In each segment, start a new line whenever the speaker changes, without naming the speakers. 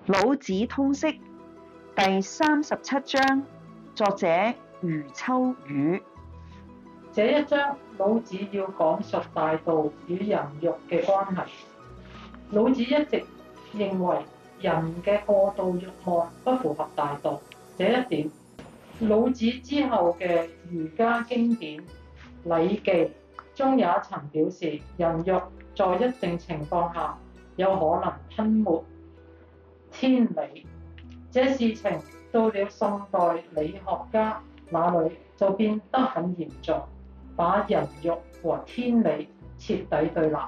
老子通釋第37章，作者余秋雨。
這一章，老子要講述大道與人欲嘅關係。老子一直認為人嘅過度欲望不符合大道，這一點，老子之後嘅儒家經典《禮記》中也曾表示，人欲在一定情況下有可能吞沒天理。這事情到了宋代理學家那裏就變得很嚴重，把人欲和天理徹底對立，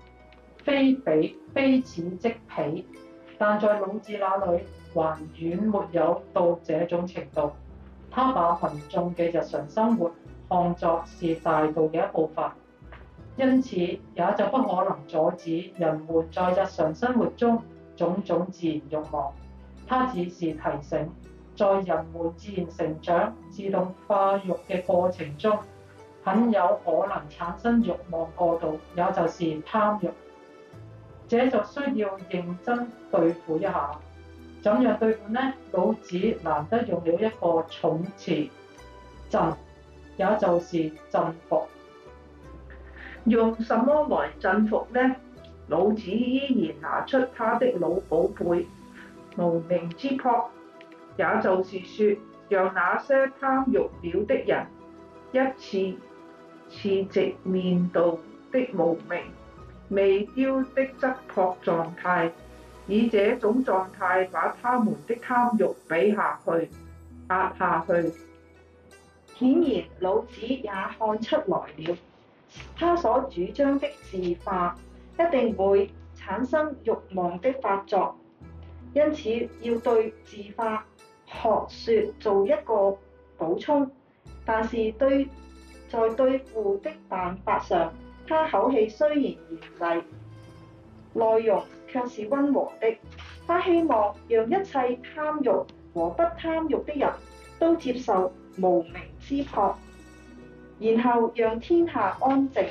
非此即彼。但在老子那裏還遠沒有到這種程度，他把民眾嘅日常生活看作是大道嘅一部分，因此也就不可能阻止人們在日常生活中種種自然欲望。他只是提醒，在人們自然成長、自動化育嘅過程中，很有可能產生欲望過度，也就是貪欲。這就需要認真對付一下。怎樣對付呢？老子難得用了一個重詞鎮，也就是鎮服。
用什麼來鎮服呢？老子依然拿出他的老寶貝無名之樸，也就是說，讓那些貪欲了的人一次直面到的無名、未丟的質樸狀態，以這種狀態把他們的貪欲比下去、壓下去。
顯然老子也看出來了，他所主張的自化一定會產生欲望的發作，因此要對自化學說做一個補充。但是在對付的辦法上，他口氣雖然嚴厲，內容卻是溫和的。他希望讓一切貪欲和不貪欲的人都接受無名之樸，然後讓天下安靜。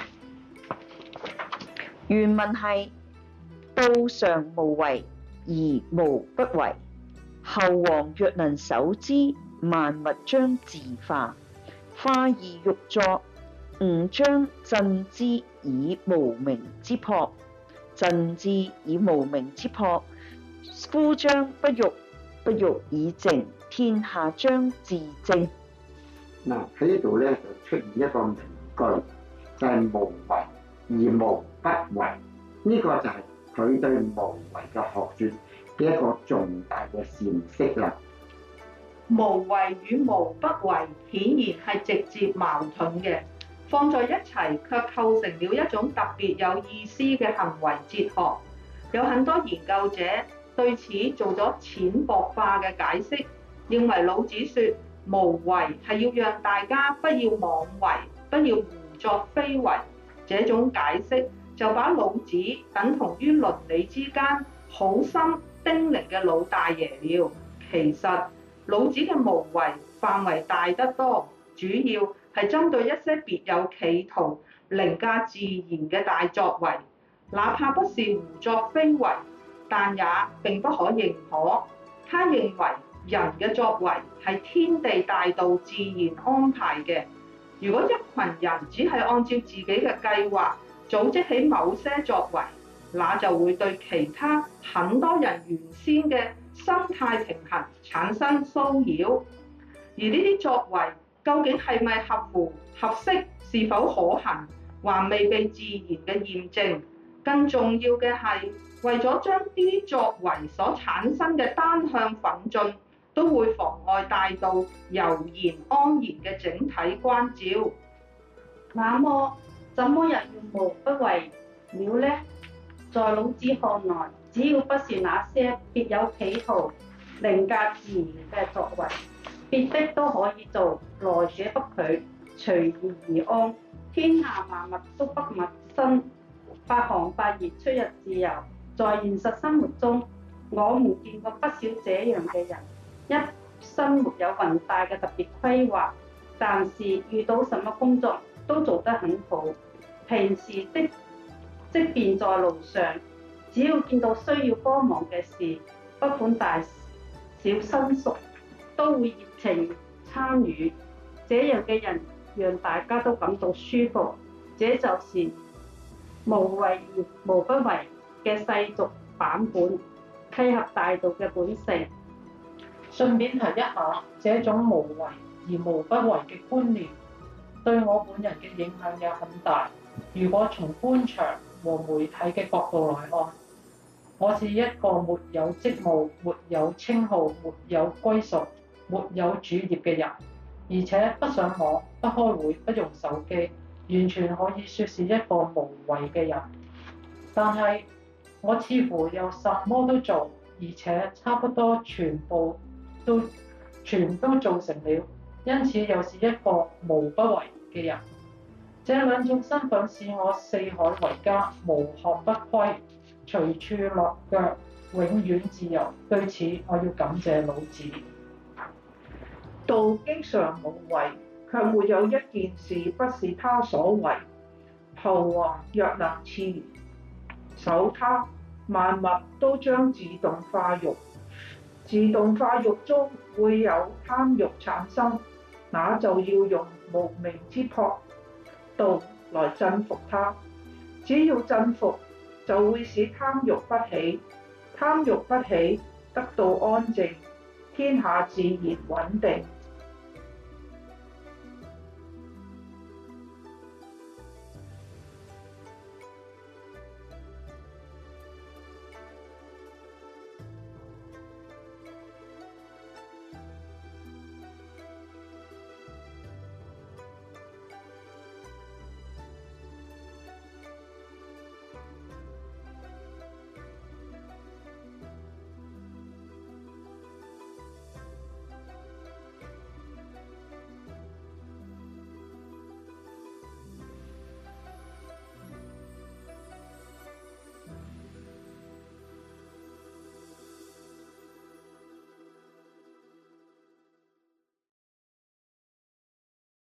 原文係：道常無為而無不為，後王若能守之，萬物將自化。化而欲作，吾將鎮之以無名之樸。鎮之以無名之樸，夫將不欲以靜，天下將自正。
嗱，喺呢度咧就出現一個名句，就係無為而無不為。呢個就係佢對無為嘅學説嘅一個重大嘅闡釋啦。
無為與無不為顯然係直接矛盾嘅，放在一齊卻構成了一種特別有意思嘅行為哲學。有很多研究者對此做咗淺薄化嘅解釋，認為老子說無為係要讓大家不要妄為，不要胡作非為。這種解釋就把老子等同於倫理之間好心叮嚀嘅老大爺了。其實老子嘅無為範圍大得多，主要係針對一些別有企圖、凌駕自然嘅大作為，哪怕不是胡作非為，但也並不可認可。他認為人嘅作為係天地大道自然安排嘅。如果一群人只係按照自己嘅計劃組織起某些作為，那就會對其他很多人原先嘅生態平衡產生騷擾。而呢啲作為究竟係咪合適、是否可行，還未被自然嘅驗證。更重要嘅係，為咗將呢啲作為所產生嘅單向奮進，都會妨礙大道悠然安然嘅整體關照。
那麼，怎麼人用無不為了呢？在老子看來，只要不是那些別有企圖、凌駕自然嘅作為，別的都可以做，來者不拒，隨遇而安。天下萬物都不陌生，發行發熱，出入自由。在現實生活中，我們見過不少這樣嘅人，一生沒有宏大嘅特別規劃，但是遇到什麼工作都做得很好。平時的即便在路上，只要見到需要幫忙嘅事， 不管大小親屬，都會熱情參與。這樣嘅人讓大家都感到舒服，這就是無為而無不為嘅世俗版本，契合大道嘅本性。
順便提一下，這種無為而無不為嘅觀念，對我本人嘅影響也很大。如果從官場和媒體嘅角度來看，我是一個沒有職務、沒有稱號、沒有歸屬、沒有主業嘅人，而且不上網、不開會、不用手機，完全可以說是一個無為嘅人。但係我似乎又什麼都做，而且差不多全都做成了，因此又是一個無不為嘅人。這兩種身份使我四海為家，無學不歸，隨處落腳，永遠自由。對此，我要感謝老子。
道經常無為，卻沒有一件事不是他所為。侯王若能持守他，萬物都將自動化育。自動化育中會有貪欲產生，那就要用無名之樸道來鎮服它。只要鎮服，就會使貪欲不起，貪欲不起，得到安靜，天下自然穩定。